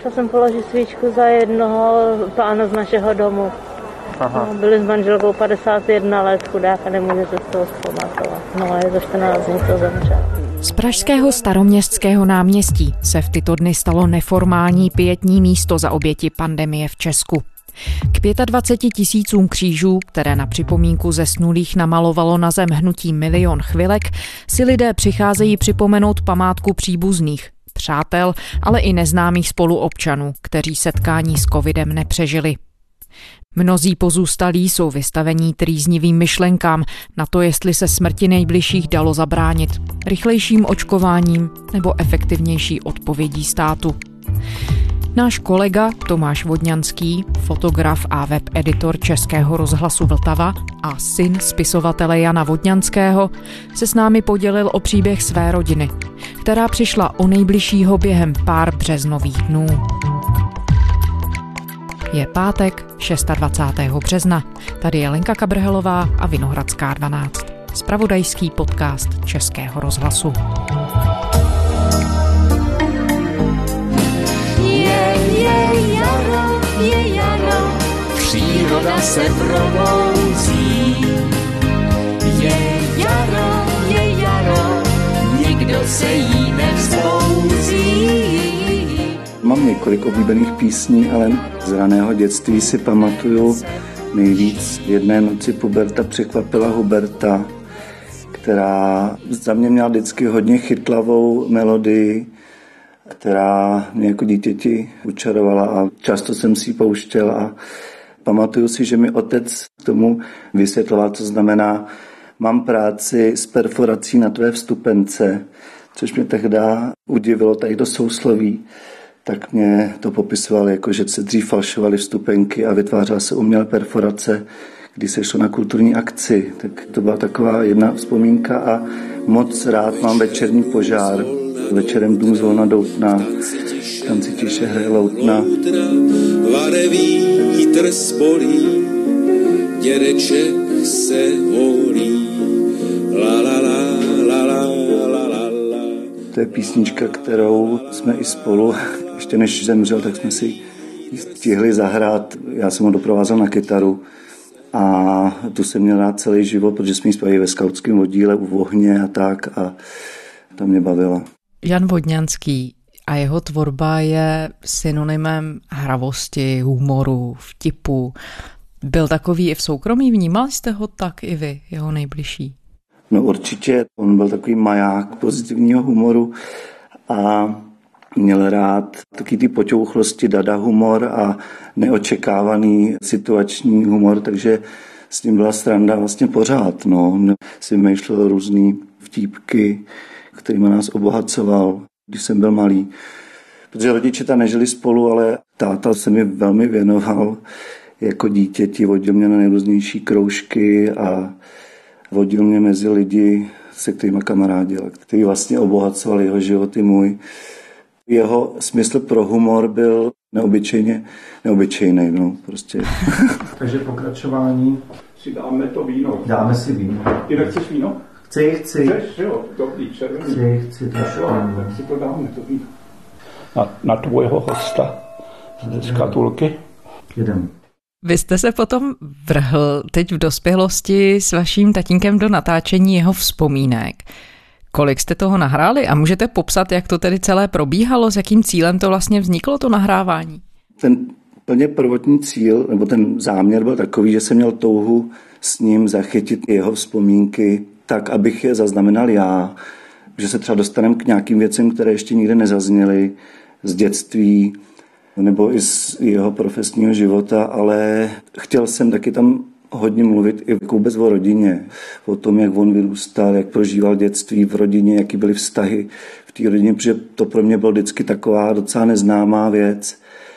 Šla jsem položit svíčku za jednoho pána z našeho domu. No, byli s manželkou 51 let, chudáka, nemůžete z toho vzpamatovat. No a je to 14 dní, co zemřel. Z pražského Staroměstského náměstí se v tyto dny stalo neformální pietní místo za oběti pandemie v Česku. K 25 000 křížů, které na připomínku zesnulých namalovalo na zem hnutí Milion chvilek, si lidé přicházejí připomenout památku příbuzných, přátel, ale i neznámých spoluobčanů, kteří setkání s covidem nepřežili. Mnozí pozůstalí jsou vystavení trýznivým myšlenkám na to, jestli se smrti nejbližších dalo zabránit rychlejším očkováním nebo efektivnější odpovědí státu. Náš kolega Tomáš Vodňanský, fotograf a webeditor Českého rozhlasu Vltava a syn spisovatele Jana Vodňanského, se s námi podělil o příběh své rodiny, která přišla o nejbližšího během pár březnových dnů. Je pátek, 26. března. Tady je Lenka Kabrhelová a Vinohradská 12. Zpravodajský podcast Českého rozhlasu. Je jaro, příroda se probouzí. Je jaro, nikdo se jí nevzbouzí. Mám několik oblíbených písní, ale z raného dětství si pamatuju nejvíc Jedné noci puberta překvapila Huberta, která za mě měla vždycky hodně chytlavou melodii, která mě jako dítěti učarovala a často jsem si ji pouštěl a pamatuju si, že mi otec k tomu vysvětloval, co znamená mám práci s perforací na tvé vstupence, což mě tehdy udivilo, tady to sousloví. Tak mě to popisoval jako, že se dřív falšovaly vstupenky a vytvářela se umělá perforace, když se šlo na kulturní akci. Tak to byla taková jedna vzpomínka a moc rád mám Večerní požár. Večerem dům zvolna doutná, tam si tiše hraje loutna. Vare vítr spolí, dědeček se holí, la la la la la la la la. To je písnička, kterou jsme i spolu, ještě než zemřel, tak jsme si stihli zahrát. Já jsem ho doprovázel na kytaru a tu jsem měl rád celý život, protože jsme ji zpívali ve skautském oddíle u ohně a tak a to mě bavilo. Jan Vodňanský a jeho tvorba je synonymem hravosti, humoru, vtipu. Byl takový i v soukromí? Vnímali jste ho tak i vy, jeho nejbližší? No určitě, on byl takový maják pozitivního humoru a měl rád taky ty poťouchlosti, dada humor a neočekávaný situační humor, takže s ním byla sranda vlastně pořád. No. Si vymýšlel různý vtípky, kterýma nás obohacoval, když jsem byl malý. Protože rodiče tam nežili spolu, ale táta se mi velmi věnoval jako dítěti, vodil mě na nejrůznější kroužky a vodil mě mezi lidi, se kterými kamarádil, který vlastně obohacoval jeho život i můj. Jeho smysl pro humor byl neobyčejný, no, prostě. Takže pokračování. Si dáme to víno. Dáme si víno. Jinak chceš víno? Chci. Chceš, jo, dobrý, červený. Chci trošku. Tak si to dáme, to víno. Na tvojho hosta ze škatulky. Jedem. Vy jste se potom vrhl teď v dospělosti s vaším tatínkem do natáčení jeho vzpomínek. Kolik jste toho nahráli a můžete popsat, jak to tedy celé probíhalo, s jakým cílem to vlastně vzniklo, to nahrávání? Ten plně prvotní cíl, nebo ten záměr byl takový, že jsem měl touhu s ním zachytit jeho vzpomínky tak, abych je zaznamenal já, že se třeba dostaneme k nějakým věcem, které ještě nikde nezazněly z dětství nebo i z jeho profesního života, ale chtěl jsem taky tam hodně mluvit i vůbec o rodině, o tom, jak on vyrůstal, jak prožíval dětství v rodině, jaký byly vztahy v té rodině, protože to pro mě bylo vždycky taková docela neznámá věc.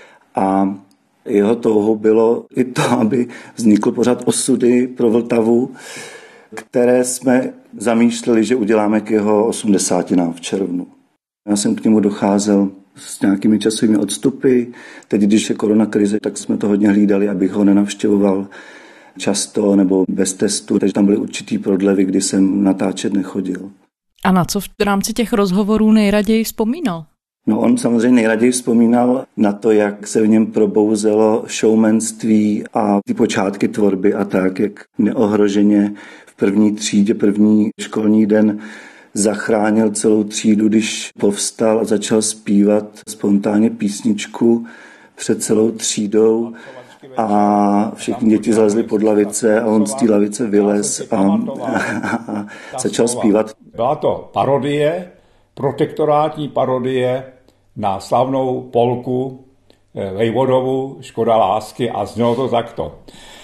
A jeho touhou bylo i to, aby vznikl pořád Osudy pro Vltavu, které jsme zamýšleli, že uděláme k jeho 80. v červnu. Já jsem k němu docházel s nějakými časovými odstupy. Teď, když je koronakrize, tak jsme to hodně hlídali, abych ho nenavštěvoval často nebo bez testu, takže tam byly určitý prodlevy, kdy jsem natáčet nechodil. A na co v rámci těch rozhovorů nejraději vzpomínal? No on samozřejmě nejraději vzpomínal na to, jak se v něm probouzelo showmanství a ty počátky tvorby a tak, jak neohroženě v první třídě, první školní den zachránil celou třídu, když povstal a začal zpívat spontánně písničku před celou třídou a všichni děti zlezli pod lavice a on z té lavice vylez a začal zpívat. Byla to parodie, protektorátní parodie na slavnou polku Vejvodovu Škoda lásky a znělo to takto.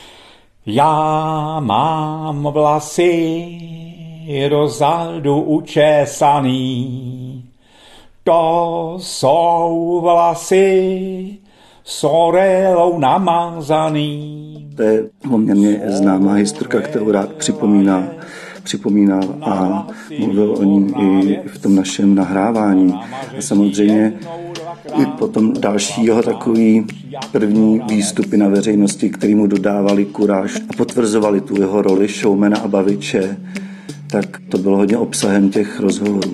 Já mám vlasy dozadu učesaný, to jsou vlasy sorelou namazaný. To je poměrně známá historka, kterou rád připomínal a mluvil o ní i v tom našem nahrávání. A samozřejmě i potom další jeho takový první výstupy na veřejnosti, který mu dodávali kuráž a potvrzovali tu jeho roli showmana a baviče, tak to bylo hodně obsahem těch rozhovorů.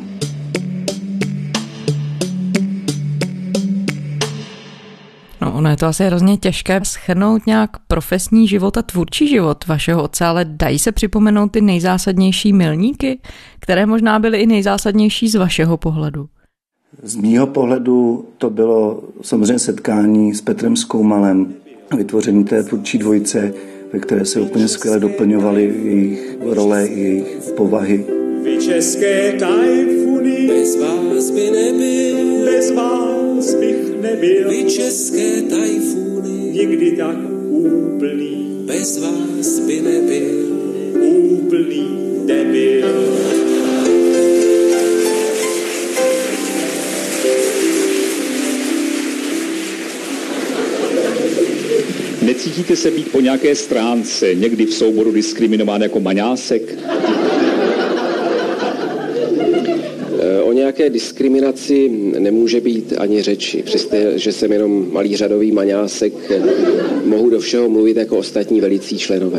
No, ono je to asi hrozně těžké shrnout nějak profesní život a tvůrčí život vašeho otce, ale dají se připomenout ty nejzásadnější milníky, které možná byly i nejzásadnější z vašeho pohledu? Z mýho pohledu to bylo samozřejmě setkání s Petrem Skoumalem, vytvoření té tvůrčí dvojice, ve které se úplně skvěle doplňovaly jejich role i jejich povahy. Vy české tajfuny, bez vás by nebyl, bez vás bych nebyl. Vy české tajfuny, nikdy tak úplný, bez vás by nebyl, úplný debil. Necítíte se být po nějaké stránce, někdy v souboru diskriminován jako maňásek? O nějaké diskriminaci nemůže být ani řeči. Přestože jsem jenom malý řadový maňásek, mohu do všeho mluvit jako ostatní velicí členové.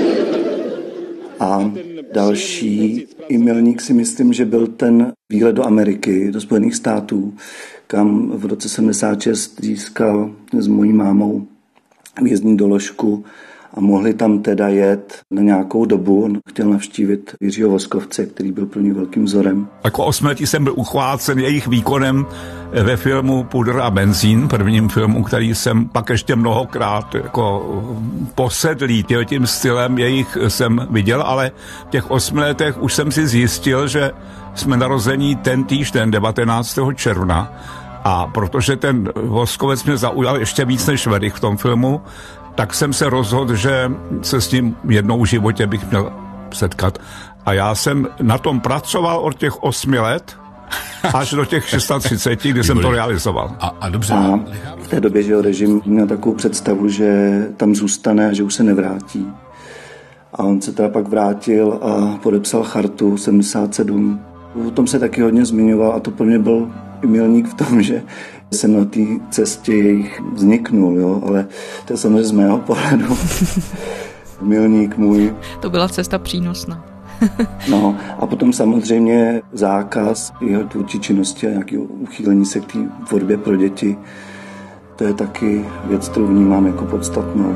A další milník si myslím, že byl ten výlet do Ameriky, do Spojených států, kam v roce 76 získal s mojí mámou výjezdní doložku a mohli tam teda jet na nějakou dobu. On chtěl navštívit Jiřího Voskovce, který byl pro ně velkým vzorem. Jako 8letý jsem byl uchvácen jejich výkonem ve filmu Pudr a benzín, prvním filmu, který jsem pak ještě mnohokrát jako posedlý tím stylem jejich jsem viděl, ale v těch 8 letech už jsem si zjistil, že jsme narození ten týžden 19. června. A protože ten Voskovec mě zaujal ještě víc než Werich v tom filmu, tak jsem se rozhodl, že se s ním jednou v životě bych měl setkat. A já jsem na tom pracoval od těch 8 let až do těch 36, kdy jsem to realizoval. A dobře. A v té době, že režim měl takovou představu, že tam zůstane a že už se nevrátí. A on se teda pak vrátil a podepsal chartu 77. O tom se taky hodně zmiňoval a to pro mě byl milník v tom, že jsem na té cestě jejich vzniknul, jo? Ale to je samozřejmě z mého pohledu milník můj. To byla cesta přínosná. No a potom samozřejmě zákaz jeho tvůrčí činnosti a nějakého uchýlení se k té tvorbě pro děti. To je taky věc, kterou vnímám jako podstatnou.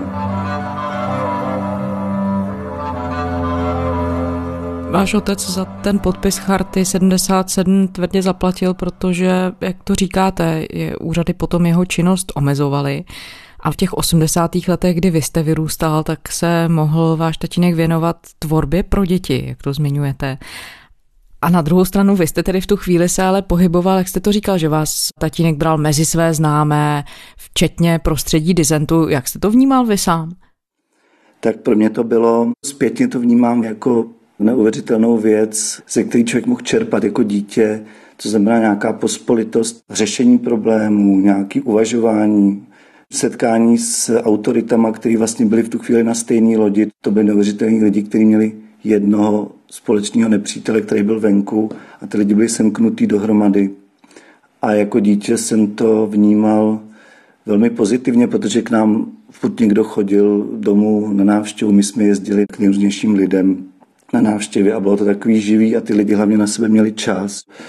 Váš otec za ten podpis charty 77 tvrdě zaplatil, protože, jak to říkáte, úřady potom jeho činnost omezovaly. A v těch 80. letech, kdy vy jste vyrůstal, tak se mohl váš tatínek věnovat tvorbě pro děti, jak to zmiňujete. A na druhou stranu vy jste tedy v tu chvíli se ale pohyboval, jak jste to říkal, že vás tatínek bral mezi své známé, včetně prostředí disentu. Jak jste to vnímal vy sám? Tak pro mě to bylo, zpětně to vnímám jako neuvěřitelnou věc, ze který člověk mohl čerpat jako dítě, to znamená nějaká pospolitost, řešení problémů, nějaké uvažování, setkání s autoritama, kteří vlastně byli v tu chvíli na stejné lodi. To byli neuvěřitelní lidi, kteří měli jednoho společného nepřítele, který byl venku a ty lidi byli semknutí dohromady. A jako dítě jsem to vnímal velmi pozitivně, protože k nám furt někdo chodil domů na návštěvu, my jsme jezdili k nejrůznějším lidem na návštěvě a bylo to takový živý a ty lidi hlavně na sebe měli čas.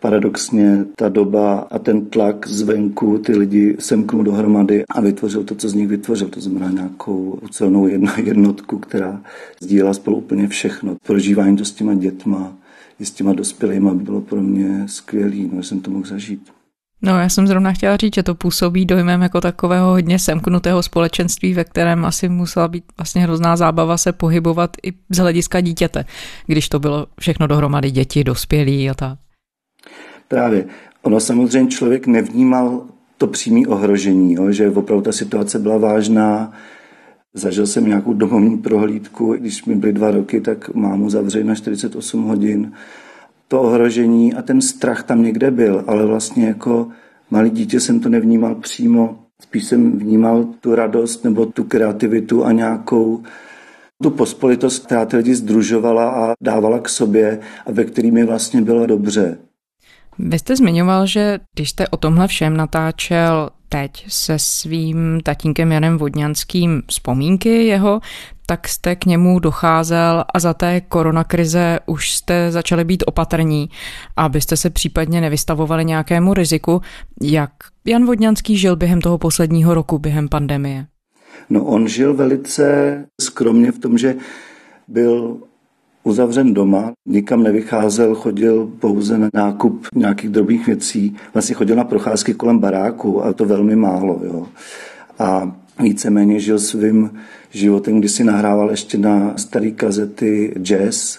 paradoxně ta doba a ten tlak zvenku ty lidi semknul dohromady a vytvořil to, co z nich vytvořil. To znamená nějakou ucelenou jednotku, která sdílela spolu úplně všechno. Prožívání to s těma dětma i s těma dospělýma bylo pro mě skvělý, že jsem to mohl zažít. No, já jsem zrovna chtěla říct, že to působí dojmem jako takového hodně semknutého společenství, ve kterém asi musela být vlastně hrozná zábava se pohybovat i z hlediska dítěte, když to bylo všechno dohromady, děti, dospělí a tak. Právě. Ono samozřejmě člověk nevnímal to přímé ohrožení, že opravdu ta situace byla vážná. Zažil jsem nějakou domovní prohlídku, když mi byly 2 roky, tak mámu zavřeli na 48 hodin. To ohrožení a ten strach tam někde byl, ale vlastně jako malý dítě jsem to nevnímal přímo. Spíš jsem vnímal tu radost nebo tu kreativitu a nějakou tu pospolitost, která ty lidi sdružovala a dávala k sobě a ve který mi vlastně bylo dobře. Vy jste zmiňoval, že když jste o tomhle všem natáčel teď se svým tatínkem Janem Vodňanským vzpomínky jeho, tak jste k němu docházel a za té koronakrize už jste začali být opatrní, abyste se případně nevystavovali nějakému riziku. Jak Jan Vodňanský žil během toho posledního roku, během pandemie? No, on žil velice skromně v tom, že byl uzavřen doma, nikam nevycházel, chodil pouze na nákup nějakých drobných věcí. Vlastně chodil na procházky kolem baráku a to velmi málo. Jo. A víceméně žil svým životem, kdy si nahrával ještě na staré kazety jazz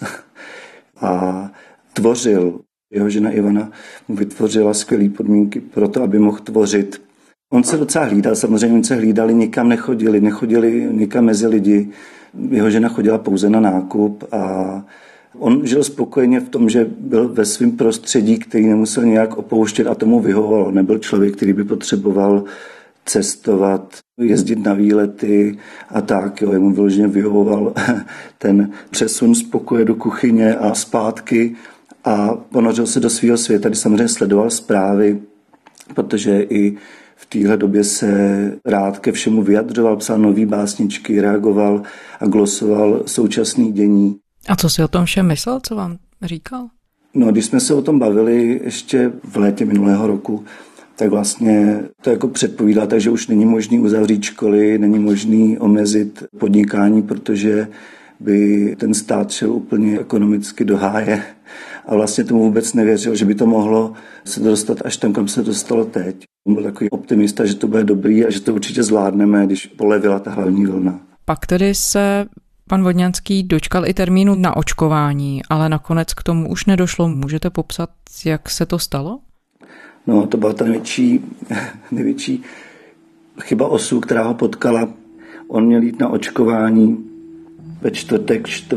a tvořil. Jeho žena Ivana mu vytvořila skvělé podmínky pro to, aby mohl tvořit. On se docela hlídal, samozřejmě oni se hlídali, nikam nechodili nikam mezi lidi. Jeho žena chodila pouze na nákup a on žil spokojeně v tom, že byl ve svém prostředí, který nemusel nějak opouštět a tomu vyhovovalo. Nebyl člověk, který by potřeboval cestovat, jezdit na výlety a tak. Jo. Jemu vyloženě vyhovoval ten přesun z pokoje do kuchyně a zpátky a ponořil se do svého světa, kdy samozřejmě sledoval zprávy, protože i v téhle době se rád ke všemu vyjadřoval, psal nový básničky, reagoval a glosoval současný dění. A co si o tom všem myslel, co vám říkal? No, když jsme se o tom bavili ještě v létě minulého roku, tak vlastně to jako předpovídá, takže už není možný uzavřít školy, není možný omezit podnikání, protože by ten stát šel úplně ekonomicky do háje. A vlastně tomu vůbec nevěřil, že by to mohlo se dostat až tam, kam se dostalo teď. On byl takový optimista, že to bude dobrý a že to určitě zvládneme, když polevila ta hlavní vlna. Pak tedy se pan Vodňanský dočkal i termínu na očkování, ale nakonec k tomu už nedošlo. Můžete popsat, jak se to stalo? No, to byla ta největší chyba osu, která ho potkala. On měl jít na očkování ve čtvrtek 4.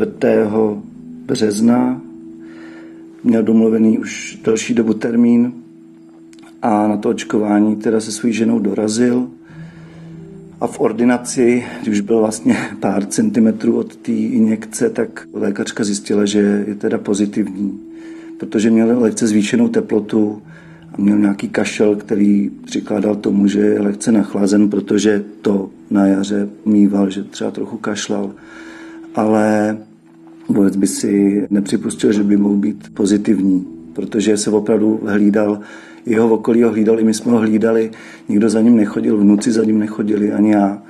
března. Měl domluvený už delší dobu termín a na to očkování teda se svou ženou dorazil. A v ordinaci, když už byl vlastně pár centimetrů od té injekce, tak lékařka zjistila, že je teda pozitivní, protože měl lehce zvýšenou teplotu a měl nějaký kašel, který přikládal tomu, že je lehce nachlazen, protože to na jaře mýval, že třeba trochu kašlal. Ale vůbec by si nepřipustil, že by mohl být pozitivní, protože se opravdu hlídal, jeho okolí ho hlídal, i my jsme ho hlídali, nikdo za ním nechodil, vnuci za ním nechodili, ani já.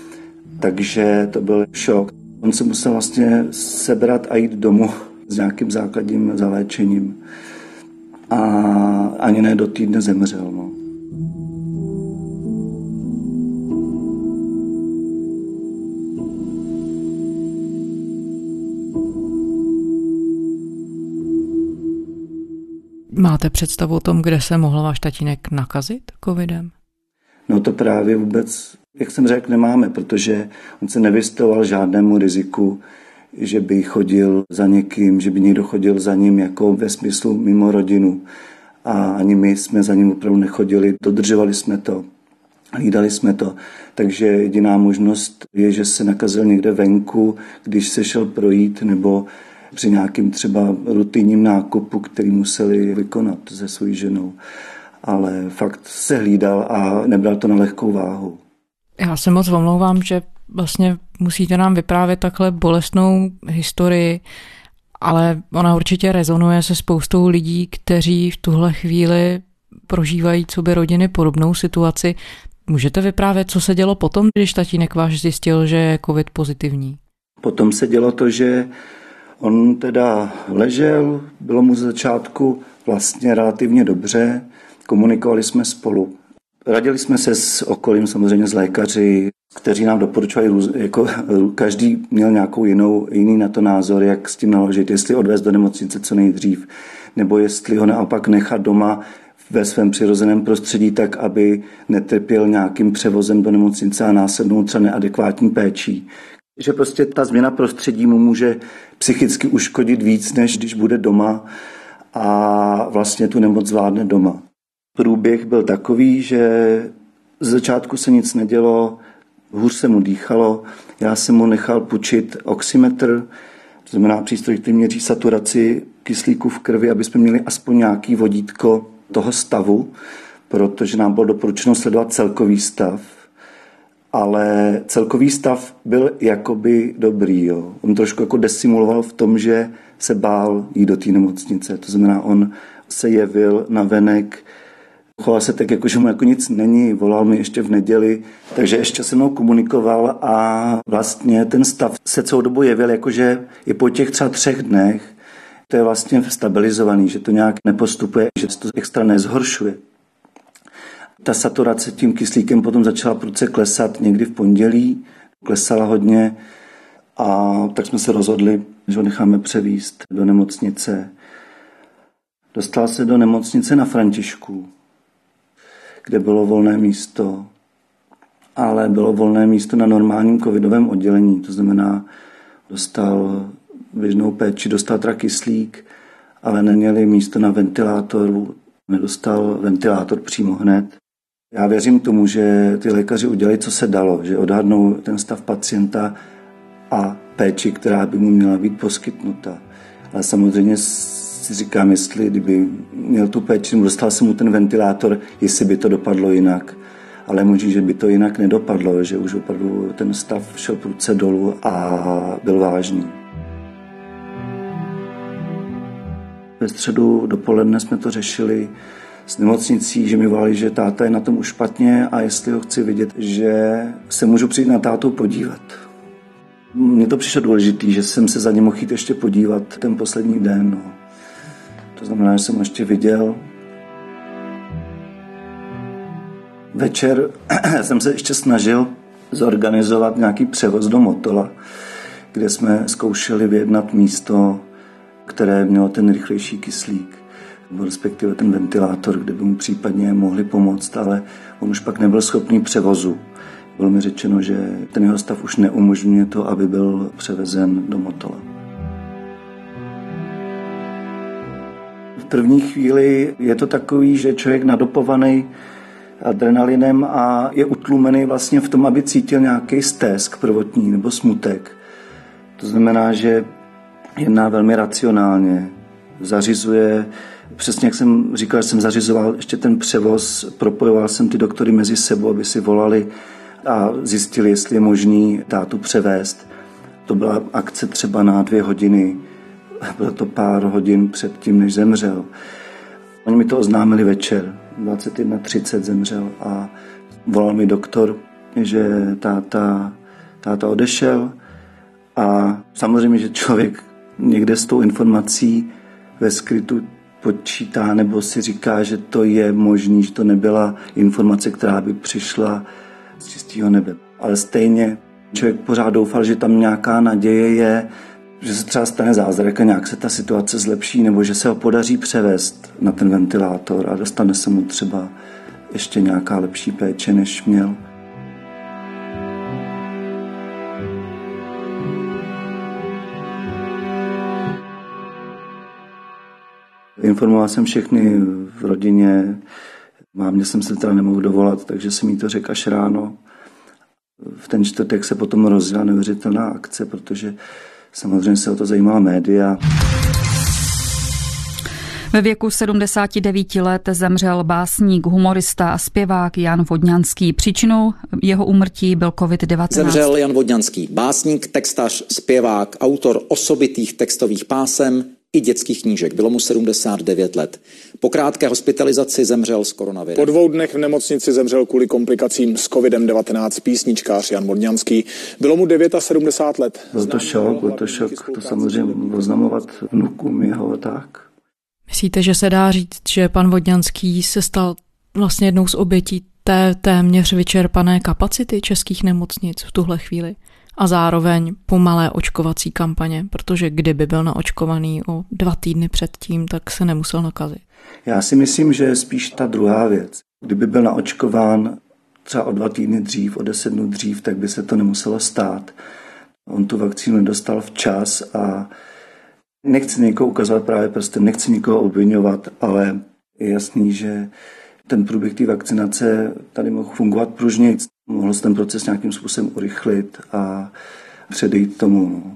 Takže to byl šok. On se musel vlastně sebrat a jít domů s nějakým základním zaléčením. A ani ne do týdne zemřel. No. Máte představu o tom, kde se mohl váš tatínek nakazit covidem? No to právě vůbec, jak jsem řekl, nemáme, protože on se nevystavoval žádnému riziku, že by chodil za někým, že by někdo chodil za ním jako ve smyslu mimo rodinu. A ani my jsme za ním opravdu nechodili, dodržovali jsme to, hlídali jsme to. Takže jediná možnost je, že se nakazil někde venku, když se šel projít nebo při nějakým třeba rutinním nákupu, který museli vykonat se svou ženou. Ale fakt se hlídal a nebral to na lehkou váhu. Já se moc omlouvám, že vlastně musíte nám vyprávět takhle bolestnou historii, ale ona určitě rezonuje se spoustou lidí, kteří v tuhle chvíli prožívají coby rodiny podobnou situaci. Můžete vyprávět, co se dělo potom, když tatínek váš zjistil, že je covid pozitivní? Potom se dělo to, že on teda ležel, bylo mu z začátku vlastně relativně dobře, komunikovali jsme spolu. Radili jsme se s okolím, samozřejmě s lékaři, kteří nám doporučovali, jako každý měl nějakou jiný na to názor, jak s tím naložit, jestli odvést do nemocnice co nejdřív, nebo jestli ho naopak nechat doma ve svém přirozeném prostředí tak, aby netrpěl nějakým převozem do nemocnice a následnou třeba neadekvátní péčí. Že prostě ta změna prostředí mu může psychicky uškodit víc, než když bude doma a vlastně tu nemoc zvládne doma. Průběh byl takový, že z začátku se nic nedělo, hůř se mu dýchalo, já jsem mu nechal půjčit oximetr, to znamená přístroj, který měří saturaci kyslíku v krvi, aby jsme měli aspoň nějaký vodítko toho stavu, protože nám bylo doporučeno sledovat celkový stav, ale celkový stav byl jakoby dobrý. Jo. On trošku jako desimuloval v tom, že se bál jít do té nemocnice, to znamená, on se jevil navenek, choval se tak, jako, že mu jako nic není, volal mi ještě v neděli, takže ještě se mnou komunikoval a vlastně ten stav se celou dobu jevil, jakože i po těch třeba 3 dnech to je vlastně stabilizovaný, že to nějak nepostupuje, že se to extra nezhoršuje. Ta saturace tím kyslíkem potom začala prudce klesat někdy v pondělí, klesala hodně a tak jsme se rozhodli, že ho necháme převízt do nemocnice. Dostal se do nemocnice na Františku, kde bylo volné místo, ale bylo volné místo na normálním covidovém oddělení, to znamená, dostal běžnou péči, dostal teda kyslík, ale neměli místo na ventilátoru, nedostal ventilátor přímo hned. Já věřím tomu, že ty lékaři udělali, co se dalo, že odhadnou ten stav pacienta a péči, která by mu měla být poskytnuta. Ale samozřejmě si říkám, jestli kdyby měl tu péči, dostal se mu ten ventilátor, jestli by to dopadlo jinak. Ale možná, že by to jinak nedopadlo, že už opravdu ten stav šel prudce dolů a byl vážný. Ve středu dopoledne jsme to řešili s nemocnicí, že mi volali, že táta je na tom už špatně a jestli ho chci vidět, že se můžu přijít na tátu podívat. Mně to přišlo důležitý, že jsem se za ně mohl jít ještě podívat ten poslední den. No. To znamená, že jsem ho ještě viděl. Večer jsem se ještě snažil zorganizovat nějaký převoz do Motola, kde jsme zkoušeli vyjednat místo, které mělo ten rychlejší kyslík, respektive ten ventilátor, kde by mu případně mohli pomoct, ale on už pak nebyl schopný převozu. Bylo mi řečeno, že ten jeho stav už neumožňuje to, aby byl převezen do Motola. V první chvíli je to takový, že člověk nadopovaný adrenalinem a je utlumený vlastně v tom, aby cítil nějaký stesk prvotní nebo smutek. To znamená, že jedná velmi racionálně, zařizuje, přesně jak jsem říkal, že jsem zařizoval ještě ten převoz, propojoval jsem ty doktory mezi sebou, aby si volali a zjistili, jestli je možný tátu převést. To byla akce třeba na 2 hodiny, bylo to pár hodin před tím, než zemřel. Oni mi to oznámili večer, 21:30 zemřel a volal mi doktor, že táta odešel a samozřejmě, že člověk někde s tou informací ve skrytu počítá nebo si říká, že to je možný, že to nebyla informace, která by přišla z čistého nebe. Ale stejně člověk pořád doufal, že tam nějaká naděje je, že se třeba stane zázrak a nějak se ta situace zlepší nebo že se ho podaří převést na ten ventilátor a dostane se mu třeba ještě nějaká lepší péče, než měl. Informoval jsem všechny v rodině, mámě jsem se teda nemohl dovolat, takže jsem jí to řekl až ráno. V ten čtvrtek se potom rozjela neuvěřitelná akce, protože samozřejmě se o to zajímala média. Ve věku 79 let zemřel básník, humorista a zpěvák Jan Vodňanský. Příčinou jeho úmrtí byl COVID-19. Zemřel Jan Vodňanský, básník, textař, zpěvák, autor osobitých textových pásem i dětských knížek. Bylo mu 79 let. Po krátké hospitalizaci zemřel s koronavirem. Po 2 dnech v nemocnici zemřel kvůli komplikacím s COVID-19 písničkář Jan Vodňanský. Bylo mu 79 let. Byl to šok, to samozřejmě oznamovat vnukům jeho tak. Myslíte, že se dá říct, že pan Vodňanský se stal vlastně jednou z obětí té téměř vyčerpané kapacity českých nemocnic v tuhle chvíli? A zároveň pomalé očkovací kampaně, protože kdyby byl naočkovaný o 2 týdny předtím, tak se nemusel nakazit. Já si myslím, že je spíš ta druhá věc. Kdyby byl naočkován třeba o 2 týdny dřív, o 10 dnů dřív, tak by se to nemuselo stát. On tu vakcínu nedostal včas a nechci někoho ukazovat právě prstem, nechci nikoho obviňovat, ale je jasný, že ten průběh té vakcinace tady mohl fungovat pružněji. Mohl se ten proces nějakým způsobem urychlit a předejít tomu.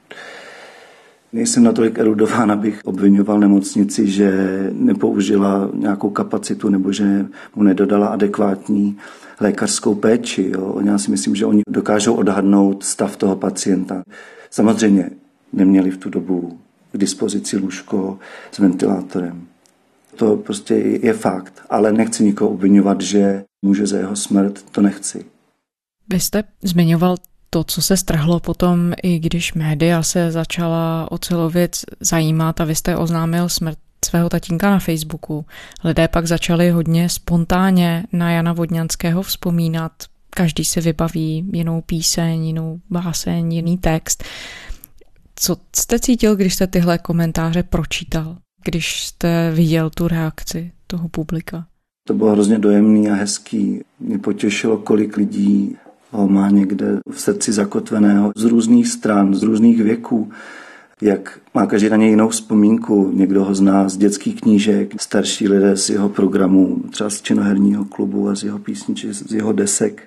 Nejsem natolik erudován, abych obviňoval nemocnici, že nepoužila nějakou kapacitu nebo že mu nedodala adekvátní lékařskou péči. Jo. Já si myslím, že oni dokážou odhadnout stav toho pacienta. Samozřejmě neměli v tu dobu k dispozici lůžko s ventilátorem. To prostě je fakt, ale nechci nikoho obviňovat, že může za jeho smrt, to nechci. Vy jste zmiňoval to, co se strhlo potom, i když média se začala o celou věc zajímat a vy jste oznámil smrt svého tatínka na Facebooku. Lidé pak začali hodně spontánně na Jana Vodňanského vzpomínat. Každý si vybaví jinou píseň, jinou báseň, jiný text. Co jste cítil, když jste tyhle komentáře pročítal? Když jste viděl tu reakci toho publika? To bylo hrozně dojemný a hezký. Mě potěšilo, kolik lidí ho má někde v srdci zakotveného z různých stran, z různých věků. Jak má každý na něj jinou vzpomínku. Někdo ho zná z dětských knížek, starší lidé z jeho programu, třeba z činoherního klubu a z jeho písniček, z jeho desek.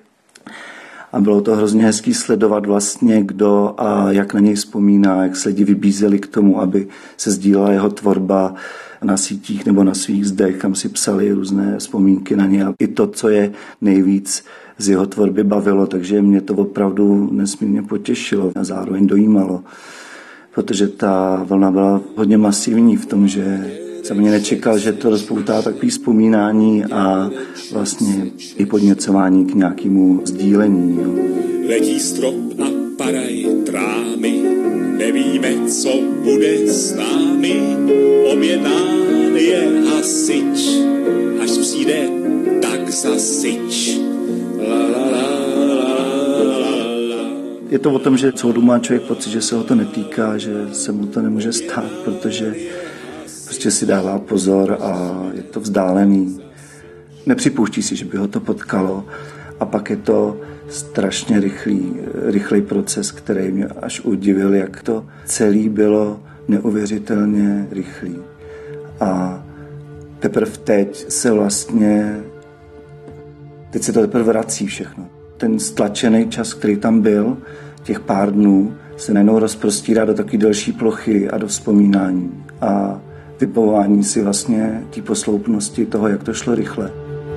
A bylo to hrozně hezký sledovat vlastně, kdo a jak na něj vzpomíná, jak se lidi vybízeli k tomu, aby se sdílela jeho tvorba na sítích nebo na svých zdech, kam si psali různé vzpomínky na ně. A i to, co je nejvíc z jeho tvorby bavilo, takže mě to opravdu nesmírně potěšilo a zároveň dojímalo. Protože ta vlna byla hodně masivní v tom, že jsem ani nečekal, že to rozpoutá takový vzpomínání a vlastně i podněcování k nějakému sdílení. Jo. Letí strop a padají trámy, nevíme, co bude s námi. Objednán je hasič, až přijde, tak zasyč. La, la, la, la, la, la. Je to o tom, že celou dobu má člověk pocit, že se ho to netýká, že se mu to nemůže stát, protože prostě si dává pozor a je to vzdálený. Nepřipouští si, že by ho to potkalo. A pak je to strašně rychlý proces, který mě až udivil, jak to celé bylo neuvěřitelně rychlý. A teprve teď se to teprve vrací všechno. Ten stlačený čas, který tam byl, těch pár dnů, se najednou rozprostírá do takové delší plochy a do vzpomínání. A vybavování si vlastně té posloupnosti toho, jak to šlo rychle.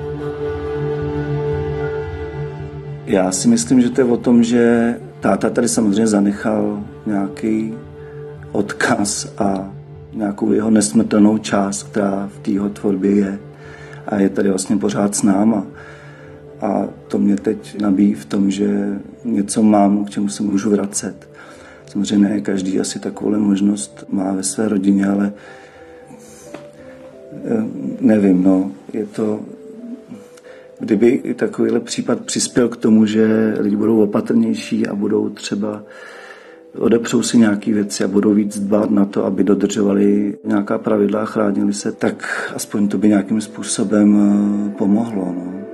Já si myslím, že to je o tom, že táta tady samozřejmě zanechal nějaký odkaz a nějakou jeho nesmrtelnou část, která v té jeho tvorbě je a je tady vlastně pořád s náma. A to mě teď nabíjí v tom, že něco mám, k čemu se můžu vracet. Samozřejmě ne každý asi takovou možnost má ve své rodině, ale nevím, je to, kdyby i takovýhle případ přispěl k tomu, že lidi budou opatrnější a budou třeba odepřou si nějaké věci a budou víc dbát na to, aby dodržovali nějaká pravidla a chránili se, tak aspoň to by nějakým způsobem pomohlo.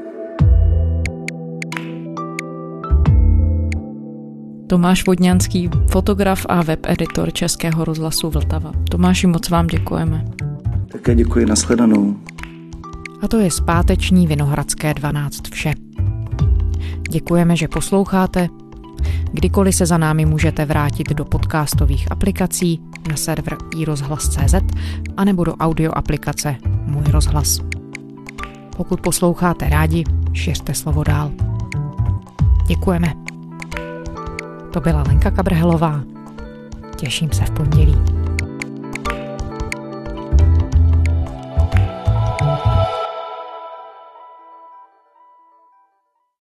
Tomáš Vodňanský, fotograf a webeditor Českého rozhlasu Vltava. Tomáši, moc vám děkujeme. Také děkuji, nashledanou. A to je z páteční Vinohradské 12 vše. Děkujeme, že posloucháte. Kdykoliv se za námi můžete vrátit do podcastových aplikací na server iRozhlas.cz anebo do audio aplikace Můj rozhlas. Pokud posloucháte rádi, šiřte slovo dál. Děkujeme. To byla Lenka Kabrhelová. Těším se v pondělí.